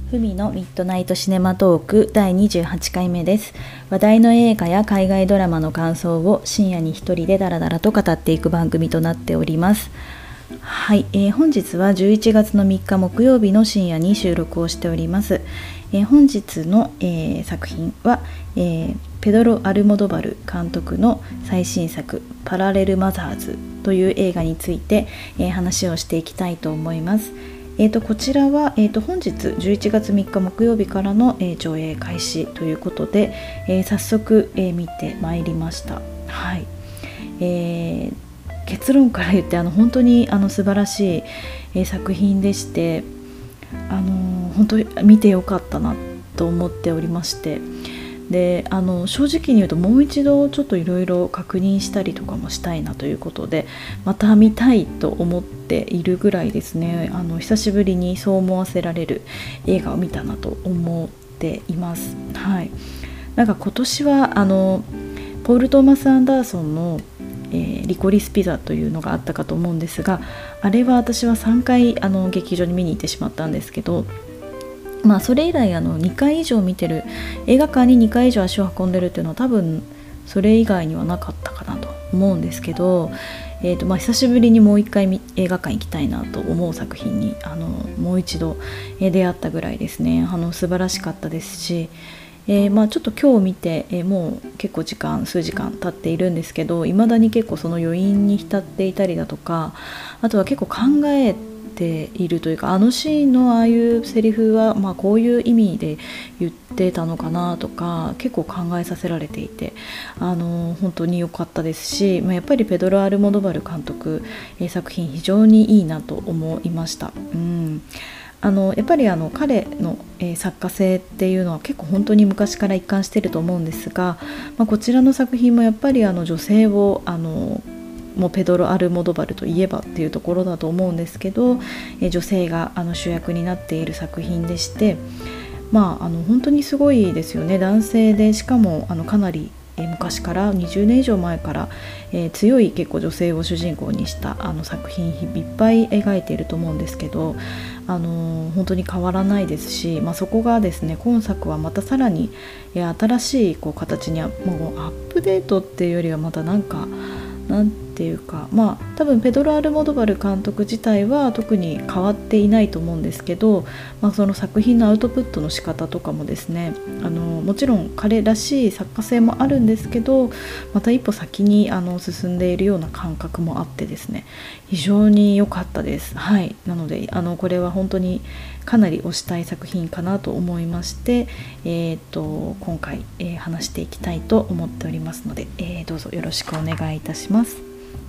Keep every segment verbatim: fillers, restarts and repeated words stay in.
ふみのミッドナイトシネマトークだいにじゅうはちかいめです。話題の映画や海外ドラマの感想を深夜に一人でダラダラと語っていく番組となっております。はい、えー、本日はじゅういちがつのみっか木曜日の深夜に収録をしております。えー、本日の、えー、作品は、えー、ペドロ・アルモドバル監督の最新作パラレルマザーズという映画について、えー、話をしていきたいと思います。えー、とこちらは、えー、と本日じゅういちがつみっか木曜日からの、えー、上映開始ということで、えー、早速、えー、見てまいりました。はい、えー、結論から言ってあの本当にあの素晴らしい、えー、作品でして、あのー、本当に見てよかったなと思っておりまして、であの正直に言うともう一度ちょっといろいろ確認したりとかもしたいなということでまた見たいと思っているぐらいですね。あの久しぶりにそう思わせられる映画を見たなと思っています。はい、なんか今年はあのポール・トーマス・アンダーソンの、えー、リコリス・ピザというのがあったかと思うんですが、あれは私はさんかいあの劇場に見に行ってしまったんですけど、まあ、それ以来あのにかい以上見てる、映画館ににかい以上足を運んでるっていうのは多分それ以外にはなかったかなと思うんですけど、えーとまあ、久しぶりにもう一回映画館行きたいなと思う作品にあのもう一度出会ったぐらいですね。あの素晴らしかったですし、えーまあ、ちょっと今日見て、えー、もう結構時間数時間経っているんですけど、未だに結構その余韻に浸っていたりだとか、あとは結構考えてているというか、あのシーンのああいうセリフは、まあ、こういう意味で言ってたのかなとか結構考えさせられていて、あの本当に良かったですし、まあ、やっぱりペドロ・アルモドバル監督、えー、作品非常にいいなと思いました。うんあのやっぱりあの彼の、えー、作家性っていうのは結構本当に昔から一貫していると思うんですが、まあ、こちらの作品もやっぱりあの女性をあのもうペドロ・アルモドバルといえばっていうところだと思うんですけど、え女性があの主役になっている作品でして、まあ、あの本当にすごいですよね。男性でしかもあのかなり昔からにじゅうねん以上前から、えー、強い結構女性を主人公にしたあの作品いっぱい描いていると思うんですけど、あのー、本当に変わらないですし、まあ、そこがですね今作はまたさらに、えー、新しいこう形にもうアップデートっていうよりはまたなんかなんていうか、まあ多分ペドロ・アルモドバル監督自体は特に変わっていないと思うんですけど、まあ、その作品のアウトプットの仕方とかもですね、あのもちろん彼らしい作家性もあるんですけど、また一歩先にあの進んでいるような感覚もあってですね、非常に良かったです。はい、なのであのこれは本当にかなり推したい作品かなと思いまして、えー、と今回、えー、話していきたいと思っておりますので、えー、どうぞよろしくお願いいたします。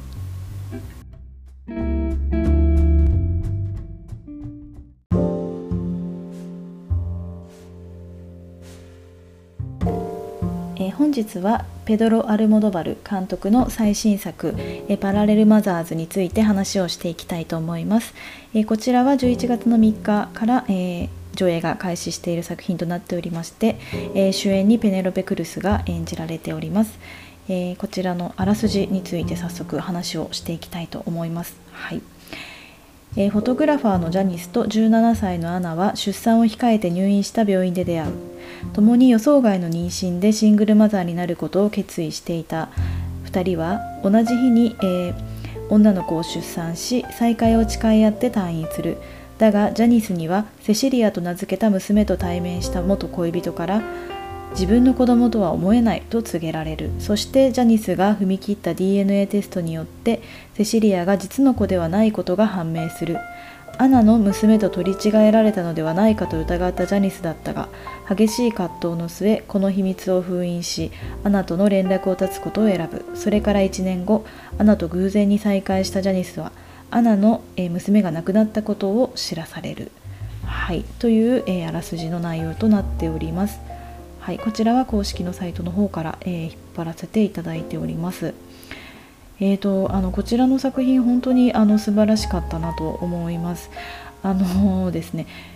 えー、本日はペドロ・アルモドバル監督の最新作、えー、パラレルマザーズについて話をしていきたいと思います。えー、こちらはじゅういちがつのみっかから、えー、上映が開始している作品となっておりまして、えー、主演にペネロペ・クルスが演じられております。えー、こちらのあらすじについて早速話をしていきたいと思います。はい、えー、フォトグラファーのジャニスとじゅうななさいのアナは出産を控えて入院した病院で出会う。共に予想外の妊娠でシングルマザーになることを決意していたふたりは同じ日に、えー、女の子を出産し再会を誓い合って退院する。だがジャニスにはセシリアと名付けた娘と対面した元恋人から自分の子供とは思えないと告げられる。そしてジャニスが踏み切った ディーエヌエー テストによってセシリアが実の子ではないことが判明する。アナの娘と取り違えられたのではないかと疑ったジャニスだったが、激しい葛藤の末この秘密を封印しアナとの連絡を絶つことを選ぶ。それからいちねんご、アナと偶然に再会したジャニスはアナの娘が亡くなったことを知らされる。はい、という、えー、あらすじの内容となっております。はい、こちらは公式のサイトの方から、えー、引っ張らせていただいております。えーと、あのこちらの作品本当にあの素晴らしかったなと思います。あのですね、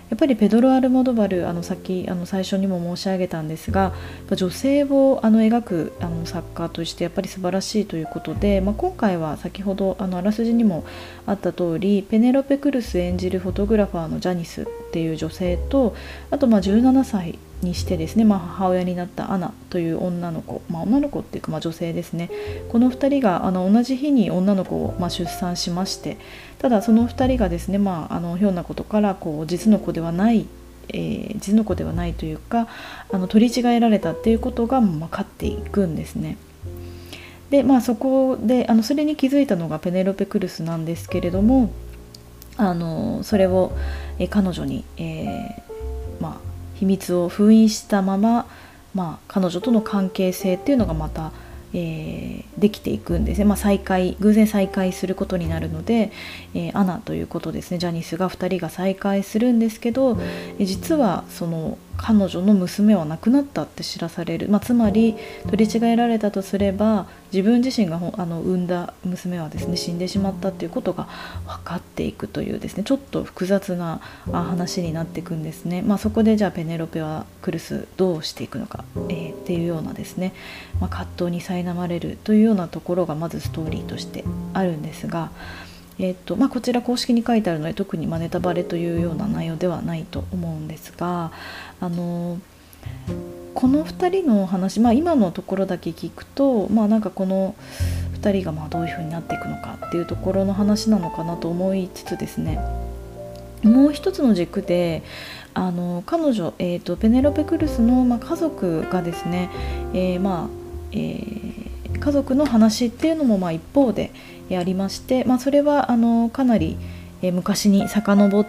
やっぱりペドロ・アルモドバル、あのさっきあの最初にも申し上げたんですが、女性をあの描くあの作家としてやっぱり素晴らしいということで、まあ、今回は先ほどあのあらすじにもあった通り、ペネロペ・クルス演じるフォトグラファーのジャニスっていう女性と、あとまあじゅうななさいにしてですね、まあ、母親になったアナという女の子、まあ、女の子っていうかまあ女性ですね。このふたりがあの同じ日に女の子をまあ出産しまして、ただそのふたりがですね、まあ、あのひょんなことからこう実の子ではない、えー、実の子ではないというか、あの取り違えられたっていうことが分かっていくんですね。で、まあ、そこであのそれに気づいたのがペネロペ・クルスなんですけれども、あのそれを、えー、彼女に、えーまあ秘密を封印したまま、まあ、彼女との関係性っていうのがまた、えー、できていくんですね。まあ、再会偶然再会することになるので、えー、アナということですね、ジャニスがふたりが再会するんですけど、えー、実はその彼女の娘は亡くなったって知らされる、まあ、つまり取り違えられたとすれば自分自身があの産んだ娘はですね死んでしまったということが分かっていくというですね、ちょっと複雑な話になっていくんですね。まあ、そこでじゃあペネロペはクルスどうしていくのか、えー、っていうようなですね、まあ、葛藤に苛まれるというようなところがまずストーリーとしてあるんですが、えーとまあ、こちら公式に書いてあるので特にまあネタバレというような内容ではないと思うんですが、あのこのふたりの話、まあ、今のところだけ聞くと、まあ、なんかこのふたりがまあどういう風になっていくのかっていうところの話なのかなと思いつつですね、もう一つの軸であの彼女、えーと、ペネロペ・クルスの、まあ、家族がですね、えーまあえー、家族の話っていうのもまあ一方でありまして、まあ、それはあのかなり昔に遡って、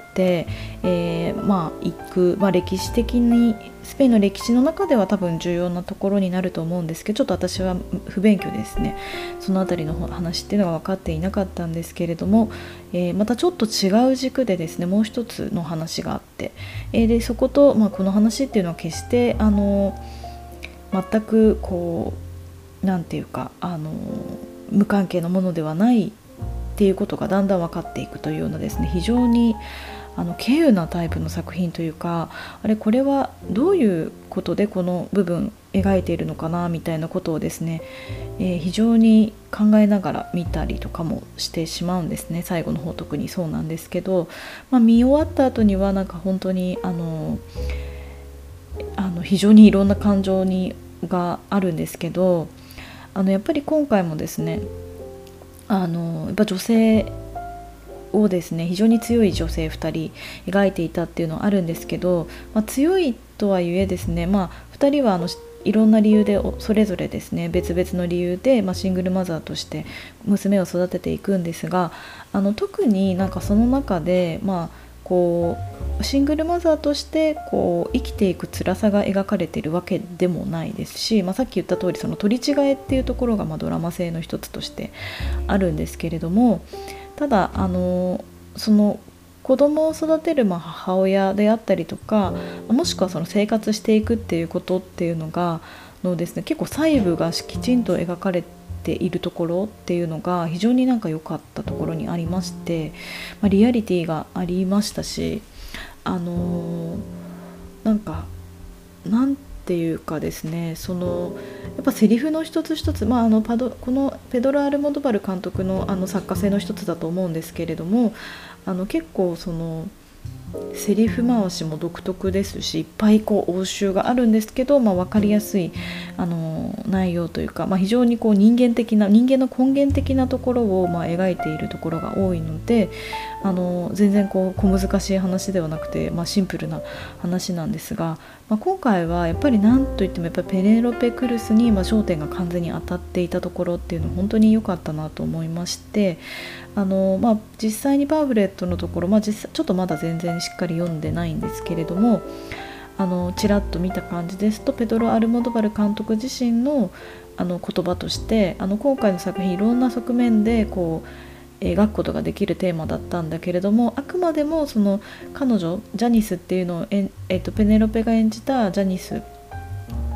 えーまあ、行く、まあ、歴史的にスペインの歴史の中では多分重要なところになると思うんですけど、ちょっと私は不勉強でですね、そのあたりの話っていうのが分かっていなかったんですけれども、えー、またちょっと違う軸でですねもう一つの話があって、えー、でそこと、まあ、この話っていうのは決してあの全くこうなんていうかあの無関係なものではないっていうことがだんだん分かっていくというようなですね、非常にあの稀有なタイプの作品というか、あれこれはどういうことでこの部分描いているのかなみたいなことをですね、えー、非常に考えながら見たりとかもしてしまうんですね。最後の方特にそうなんですけど、まあ、見終わった後にはなんか本当にあのあの非常にいろんな感情にがあるんですけど、あのやっぱり今回もですねあのやっぱ女性をですね非常に強い女性ふたり描いていたっていうのはあるんですけど、まあ、強いとはいえですね、まあ、ふたりはあのいろんな理由でそれぞれですね別々の理由で、まあ、シングルマザーとして娘を育てていくんですが、あの特になんかその中で、まあ、こうシングルマザーとしてこう生きていく辛さが描かれているわけでもないですし、まあ、さっき言った通りその取り違えっていうところがまあドラマ性の一つとしてあるんですけれども、ただあのその子供を育てるまあ母親であったりとか、もしくはその生活していくっていうことっていうのがのですね、結構細部がきちんと描かれているところっていうのが非常になんか良かったところにありまして、まあ、リアリティがありましたし、あのー、なんかなんていうかですね、そのやっぱセリフの一つ一つ、まあ、あのパドこのペドロ・アルモドバル監督 の, あの作家性の一つだと思うんですけれども、あの結構そのセリフ回しも独特ですし、いっぱいこう応酬があるんですけど、まあ、分かりやすいあの内容というか、まあ、非常にこう人間的な人間の根源的なところをまあ描いているところが多いので、あの全然こう小難しい話ではなくて、まあ、シンプルな話なんですが、まあ、今回はやっぱり何といってもやっぱりペネロペ・クルスにまあ焦点が完全に当たっていたところっていうのは本当に良かったなと思いまして、あの、まあ、実際にパンフレットのところ、まあ、実際ちょっとまだ全然しっかり読んでないんですけれども、あのちらっと見た感じですとペドロ・アルモドバル監督自身の、あの言葉として、あの今回の作品いろんな側面でこう描くことができるテーマだったんだけれども、あくまでもその彼女ジャニスっていうのをえ、えっと、ペネロペが演じたジャニスって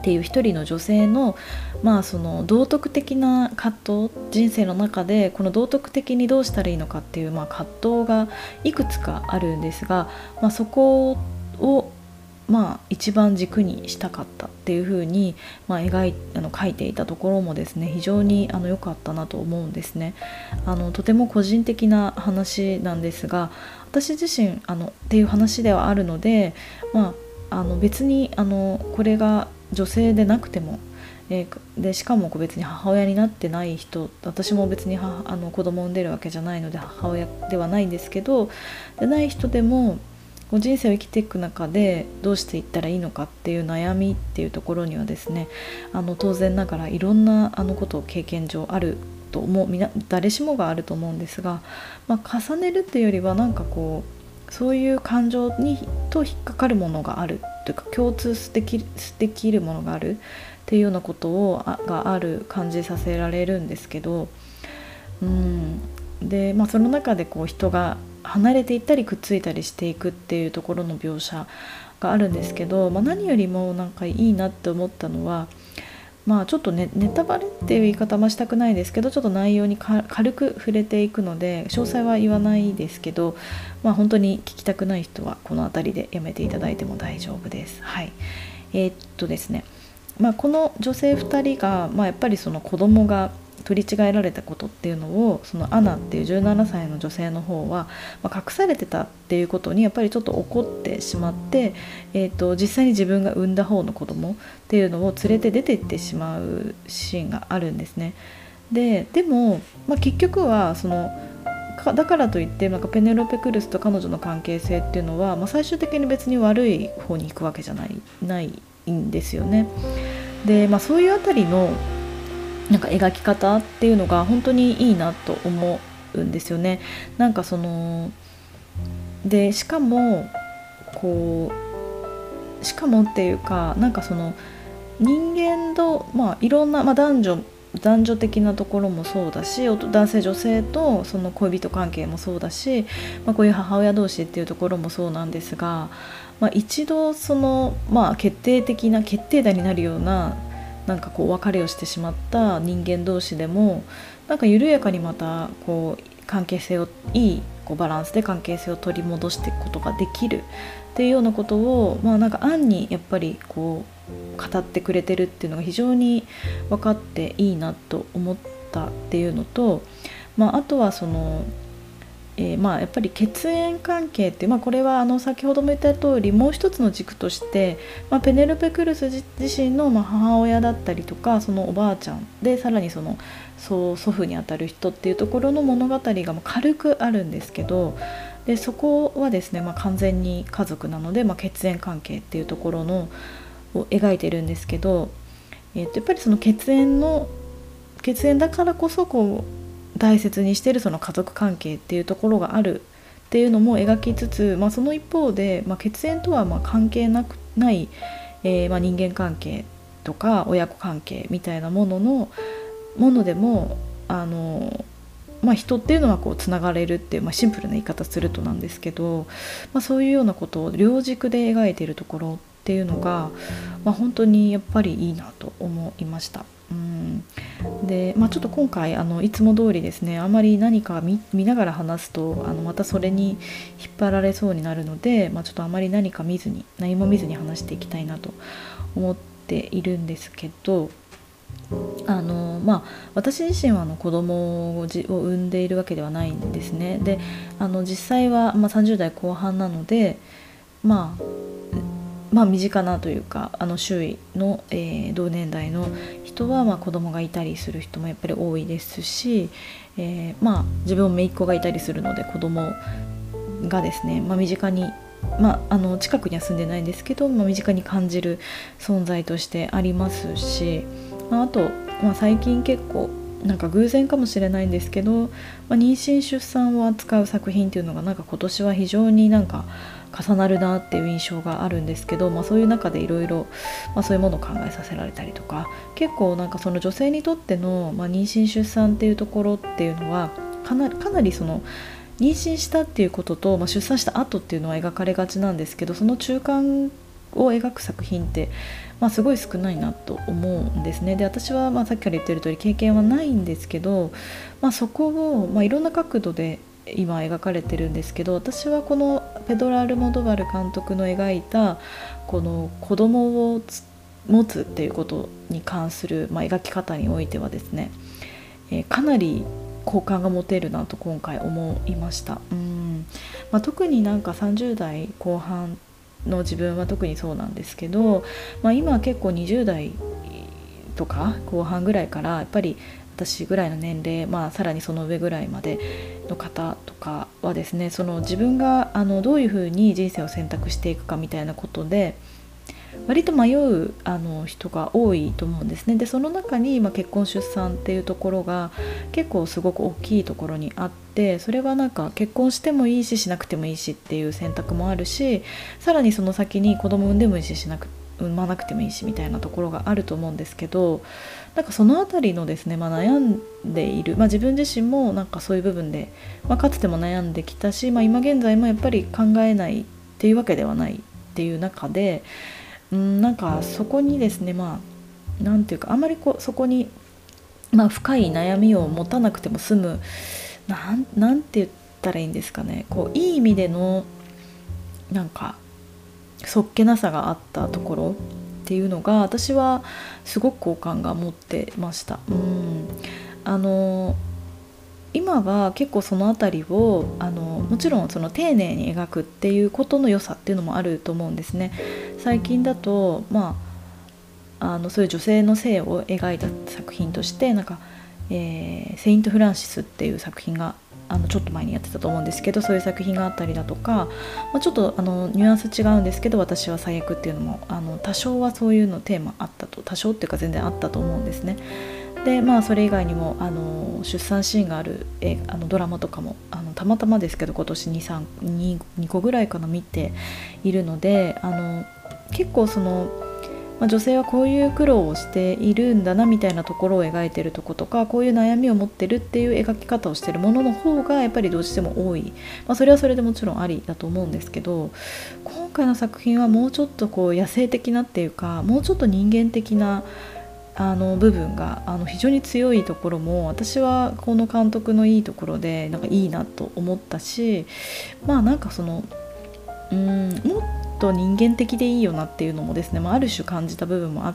っていう一人の女性の、まあ、その道徳的な葛藤、人生の中でこの道徳的にどうしたらいいのかっていう、まあ、葛藤がいくつかあるんですが、まあ、そこを、まあ、一番軸にしたかったっていうふうに、まあ、描いあの書いていたところもですね、非常にあの良かったなと思うんですね。あのとても個人的な話なんですが、私自身あのっていう話ではあるので、まあ、あの別にあのこれが女性でなくても、えー、でしかも別に母親になってない人、私も別にはあの子供を産んでるわけじゃないので母親ではないんですけど、でない人でも人生を生きていく中でどうしていったらいいのかっていう悩みっていうところにはですね、あの当然ながらいろんなあのことを経験上あると思う、みな誰しもがあると思うんですが、まあ、重ねるっていうよりはなんかこうそういう感情にと引っかかるものがあるというか、共通できる、できるものがあるっていうようなことをあがある感じさせられるんですけど、うんで、まあ、その中でこう人が離れていったりくっついたりしていくっていうところの描写があるんですけど、まあ、何よりもなんかいいなって思ったのは、まあ、ちょっとね、ネタバレっていう言い方もしたくないですけど、ちょっと内容にか軽く触れていくので詳細は言わないですけど、まあ、本当に聞きたくない人はこの辺りでやめていただいても大丈夫です。はい、えー、っとですね、まあ、この女性ふたりが、まあ、やっぱりその子供が取り違えられたことっていうのを、そのアナっていうじゅうななさいの女性の方は、まあ、隠されてたっていうことにやっぱりちょっと怒ってしまって、えーと、実際に自分が産んだ方の子供っていうのを連れて出てってしまうシーンがあるんですね。で、でも、まあ、結局はそのだからといってなんかペネロペ・クルスと彼女の関係性っていうのは、まあ、最終的に別に悪い方に行くわけじゃない、ないんですよね。で、まあ、そういうあたりのなんか描き方っていうのが本当にいいなと思うんですよね。なんかそのでしかもこうしかもっていうか、なんかその人間と、まあ、いろんな、まあ、男女男女的なところもそうだし、男性女性とその恋人関係もそうだし、まあ、こういう母親同士っていうところもそうなんですが、まあ、一度その、まあ、決定的な決定打になるようななんかこう別れをしてしまった人間同士でも、なんか緩やかにまたこう関係性をいいこうバランスで関係性を取り戻していくことができるっていうようなことを、まあ、なんか暗にやっぱりこう語ってくれてるっていうのが非常に分かっていいなと思ったっていうのと、まあ、あとはそのえーまあ、やっぱり血縁関係って、まあ、これはあの先ほども言った通りもう一つの軸として、まあ、ペネロペ・クルス自身のまあ母親だったりとか、そのおばあちゃんでさらにそのそう祖父にあたる人っていうところの物語がまあ軽くあるんですけど、でそこはですね、まあ、完全に家族なので、まあ、血縁関係っていうところのを描いてるんですけど、えー、とやっぱりその血縁の血縁だからこそこう大切にしているその家族関係っていうところがあるっていうのも描きつつ、まあ、その一方で、まあ、血縁とはまあ関係なくない、えーまあ、人間関係とか親子関係みたいなもののものでもあの、まあ、人っていうのはこうつながれるっていう、まあ、シンプルな言い方するとなんですけど、まあ、そういうようなことを両軸で描いているところっていうのが、まあ、本当にやっぱりいいなと思いました。うんでまあ、ちょっと今回あのいつも通りですね、あまり何か 見, 見ながら話すとあのまたそれに引っ張られそうになるので、まあ、ちょっとあまり何か見ずに何も見ずに話していきたいなと思っているんですけど、あの、まあ、私自身はあの子供を産んでいるわけではないんですね。であの実際は、まあ、さんじゅう代後半なので、まあまあ、身近なというかあの周囲の、えー、同年代の人は、まあ、子供がいたりする人もやっぱり多いですし、えーまあ、自分も姪っ子がいたりするので子供がですね、まあ、身近に、まあ、あの近くには住んでないんですけど、まあ、身近に感じる存在としてありますし、まあ、あと、まあ、最近結構なんか偶然かもしれないんですけど、まあ、妊娠出産を扱う作品っていうのがなんか今年は非常になんか重なるなっていう印象があるんですけど、まあ、そういう中でいろいろそういうものを考えさせられたりとか、結構なんかその女性にとっての、まあ、妊娠出産っていうところっていうのはかなり、かなりその妊娠したっていうことと、まあ、出産した後っていうのは描かれがちなんですけど、その中間を描く作品って、まあ、すごい少ないなと思うんですね。で私はまあさっきから言ってる通り経験はないんですけど、まあ、そこをまあいろんな角度で今描かれてるんですけど、私はこのペドロ・アルモドバル監督の描いたこの子供を持つっていうことに関する、まあ、描き方においてはですね、えー、かなり好感が持てるなと今回思いました。うん、まあ、特になんかさんじゅう代後半の自分は特にそうなんですけど、まあ、今は結構にじゅう代とか後半ぐらいからやっぱり私ぐらいの年齢、まあ、さらにその上ぐらいまでの方とかはですね、その自分があのどういうふうに人生を選択していくかみたいなことで割と迷うあの人が多いと思うんですね。でその中に、まあ、結婚出産っていうところが結構すごく大きいところにあって、それはなんか結婚してもいいししなくてもいいしっていう選択もあるし、さらにその先に子供産んでもいいししなく産まなくてもいいしみたいなところがあると思うんですけど、なんかそのあたりのですね、まあ、悩んでいる、まあ、自分自身もなんかそういう部分で、まあ、かつても悩んできたし、まあ、今現在もやっぱり考えないっていうわけではないっていう中で、うん、なんかそこにですね、まあなんていうかあんまりこうそこに、まあ、深い悩みを持たなくても済む、なん、なんて言ったらいいんですかね、こういい意味でのなんかそっけなさがあったところっていうのが私はすごく好感が持ってました。うん、あの今は結構そのあたりをあのもちろんその丁寧に描くっていうことの良さっていうのもあると思うんですね。最近だと、まあ、あのそういう女性の性を描いた作品としてなんか、えー、セイント・フランシスっていう作品があのちょっと前にやってたと思うんですけど、そういう作品があったりだとか、まあ、ちょっとあのニュアンス違うんですけど私は最悪っていうのもあの多少はそういうのテーマあったと、多少っていうか全然あったと思うんですね。でまあそれ以外にもあの出産シーンがあるえあのドラマとかもあのたまたまですけど今年 に,さん 2, 2個ぐらいかな見ているので、あの結構その、まあ、女性はこういう苦労をしているんだなみたいなところを描いているとことか、こういう悩みを持ってるっていう描き方をしているものの方がやっぱりどうしても多い、まあ、それはそれでもちろんありだと思うんですけど、今回の作品はもうちょっとこう野生的なっていうかもうちょっと人間的なあの部分があの非常に強いところも私はこの監督のいいところでなんかいいなと思ったし、まあなんかそのうーんもっと人間的でいいよなっていうのもですね、まあ、ある種感じた部分もあって、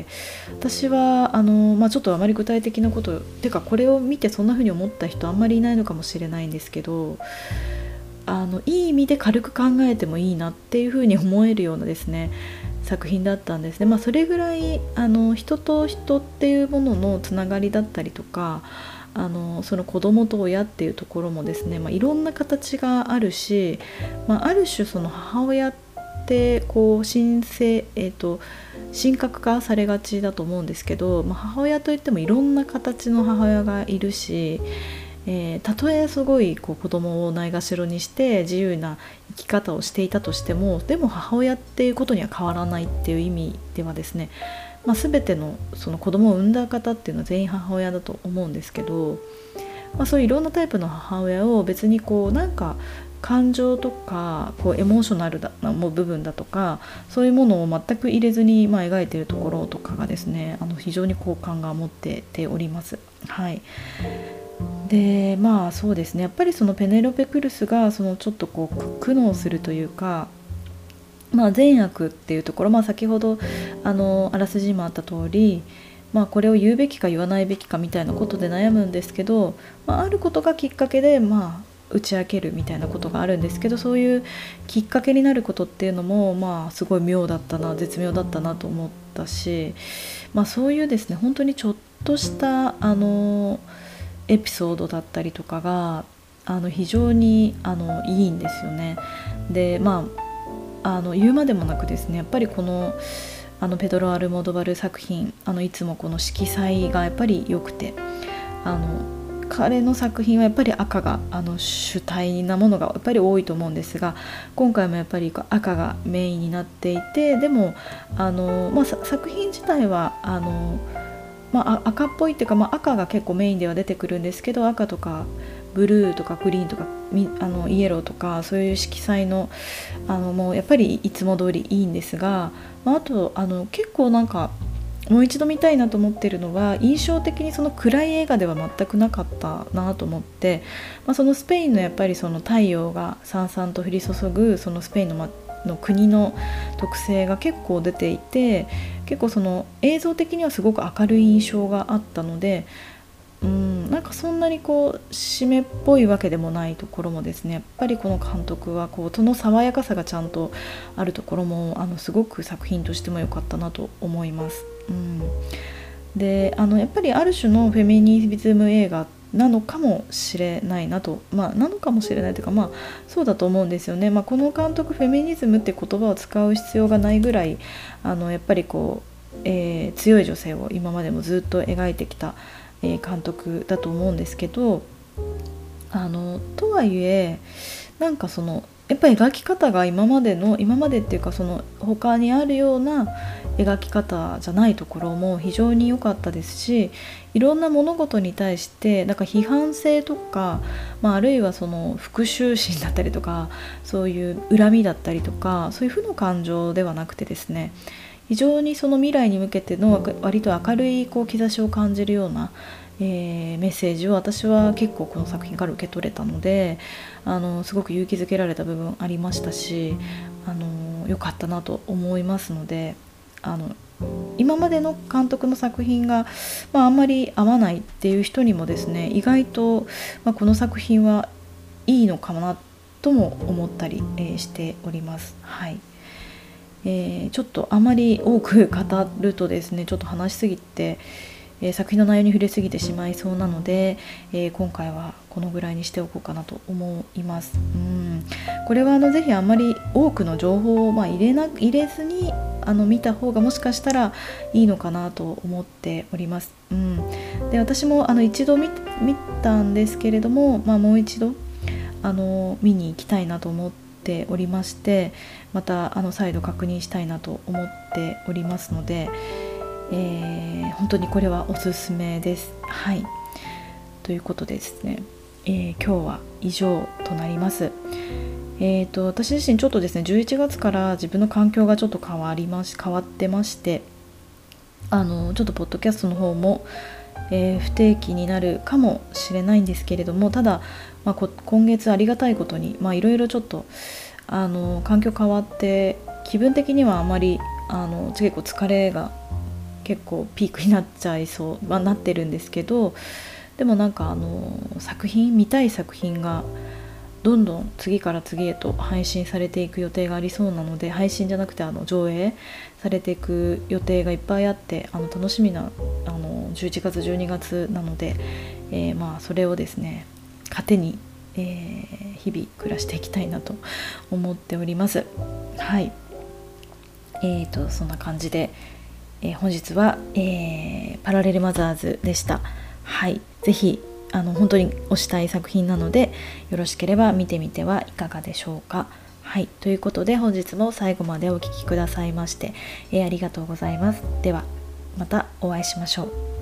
私はあの、まあ、ちょっとあまり具体的なことてかこれを見てそんな風に思った人あんまりいないのかもしれないんですけど、あのいい意味で軽く考えてもいいなっていう風に思えるようなですね作品だったんですね。まあ、それぐらいあの人と人っていうもののつながりだったりとか、あのその子供と親っていうところもですね、まあ、いろんな形があるし、まあ、ある種その母親ってこう神聖、えーと、神格化されがちだと思うんですけど、まあ、母親といってもいろんな形の母親がいるし、えー、たとえすごいこう子供をないがしろにして自由な生き方をしていたとしても、でも母親っていうことには変わらないっていう意味ではですね、まあ、全てのその子供を産んだ方っていうのは全員母親だと思うんですけど、まあ、そういういろんなタイプの母親を別にこうなんか感情とかこうエモーショナルな部分だとかそういうものを全く入れずにまあ描いているところとかがですね、あの非常に好感が持ってております。はい。でまあそうですね、やっぱりそのペネロペ・クルスがそのちょっとこう苦悩するというか、まあ、善悪っていうところ、まあ、先ほどあのあらすじにもあった通り、まあ、これを言うべきか言わないべきかみたいなことで悩むんですけど、まあ、あることがきっかけで、まあ、打ち明けるみたいなことがあるんですけど、そういうきっかけになることっていうのも、まあ、すごい妙だったな絶妙だったなと思ったし、まあ、そういうですね本当にちょっとしたあのエピソードだったりとかがあの非常にあのいいんですよね。でまああの言うまでもなくですね、やっぱりこのあのペドロ・アルモドバル作品、あのいつもこの色彩がやっぱり良くて、あの彼の作品はやっぱり赤があの主体なものがやっぱり多いと思うんですが、今回もやっぱり赤がメインになっていて、でもあの、まあ、作品自体はあのまあ、赤っぽいっていうか、まあ、赤が結構メインでは出てくるんですけど、赤とかブルーとかグリーンとかあのイエローとかそういう色彩のあのもうやっぱりいつも通りいいんですが、まあ、あとあの結構なんかもう一度見たいなと思っているのは、印象的にその暗い映画では全くなかったなと思って、まあ、そのスペインのやっぱりその太陽がさんさんと降り注ぐそのスペインの、ま、の国の特性が結構出ていて、結構その映像的にはすごく明るい印象があったので、うんなんかそんなにこう締めっぽいわけでもないところもですね、やっぱりこの監督はこうその爽やかさがちゃんとあるところもあのすごく作品としても良かったなと思います。うん、であのやっぱりある種のフェミニズム映画なのかもしれないなと、まあなのかもしれないというか、まあそうだと思うんですよね。まあ、この監督フェミニズムって言葉を使う必要がないぐらいあのやっぱりこう、えー、強い女性を今までもずっと描いてきた、えー、監督だと思うんですけど、あのとはいえなんかそのやっぱり描き方が今までの今までっていうかその他にあるような描き方じゃないところも非常に良かったですし、いろんな物事に対してなんか批判性とか、まあ、あるいはその復讐心だったりとかそういう恨みだったりとかそういう負の感情ではなくてですね、非常にその未来に向けての割と明るいこう兆しを感じるような、えー、メッセージを私は結構この作品から受け取れたので、あのすごく勇気づけられた部分ありましたし、あの良かったなと思いますので、あの今までの監督の作品が、まあ、あんまり合わないっていう人にもですね、意外と、まあ、この作品はいいのかなとも思ったり、えー、しております。はいえー、ちょっとあまり多く語るとですねちょっと話しすぎて、えー、作品の内容に触れすぎてしまいそうなので、えー、今回はこのぐらいにしておこうかなと思います。うんこれはあのぜひあんまり多くの情報をまあ入れな入れずにあの見た方がもしかしたらいいのかなと思っております。うん、で私もあの一度 見, 見たんですけれども、まあ、もう一度あの見に行きたいなと思っておりまして、またあの再度確認したいなと思っておりますので、えー、本当にこれはおすすめです。はいということでですね、えー、今日は以上となります。えーと、私自身ちょっとですねじゅういちがつから自分の環境がちょっと変わりまし変わってまして、あのちょっとポッドキャストの方も、えー、不定期になるかもしれないんですけれども、ただ、まあ、今月ありがたいことにいろいろちょっとあの環境変わって気分的にはあまりあの結構疲れが結構ピークになっちゃいそう、まあ、なってるんですけど、でもなんかあの作品見たい作品がどんどん次から次へと配信されていく予定がありそうなので、配信じゃなくてあの上映されていく予定がいっぱいあって、あの楽しみなあのじゅういちがつじゅうにがつなので、えー、まあそれをですね糧に、えー、日々暮らしていきたいなと思っております。はいえーとそんな感じで、えー、本日は、えー、パラレルマザーズでした。はいぜひあの本当に推したい作品なので、よろしければ見てみてはいかがでしょうか。はいということで本日も最後までお聞きくださいまして、えー、ありがとうございます。ではまたお会いしましょう。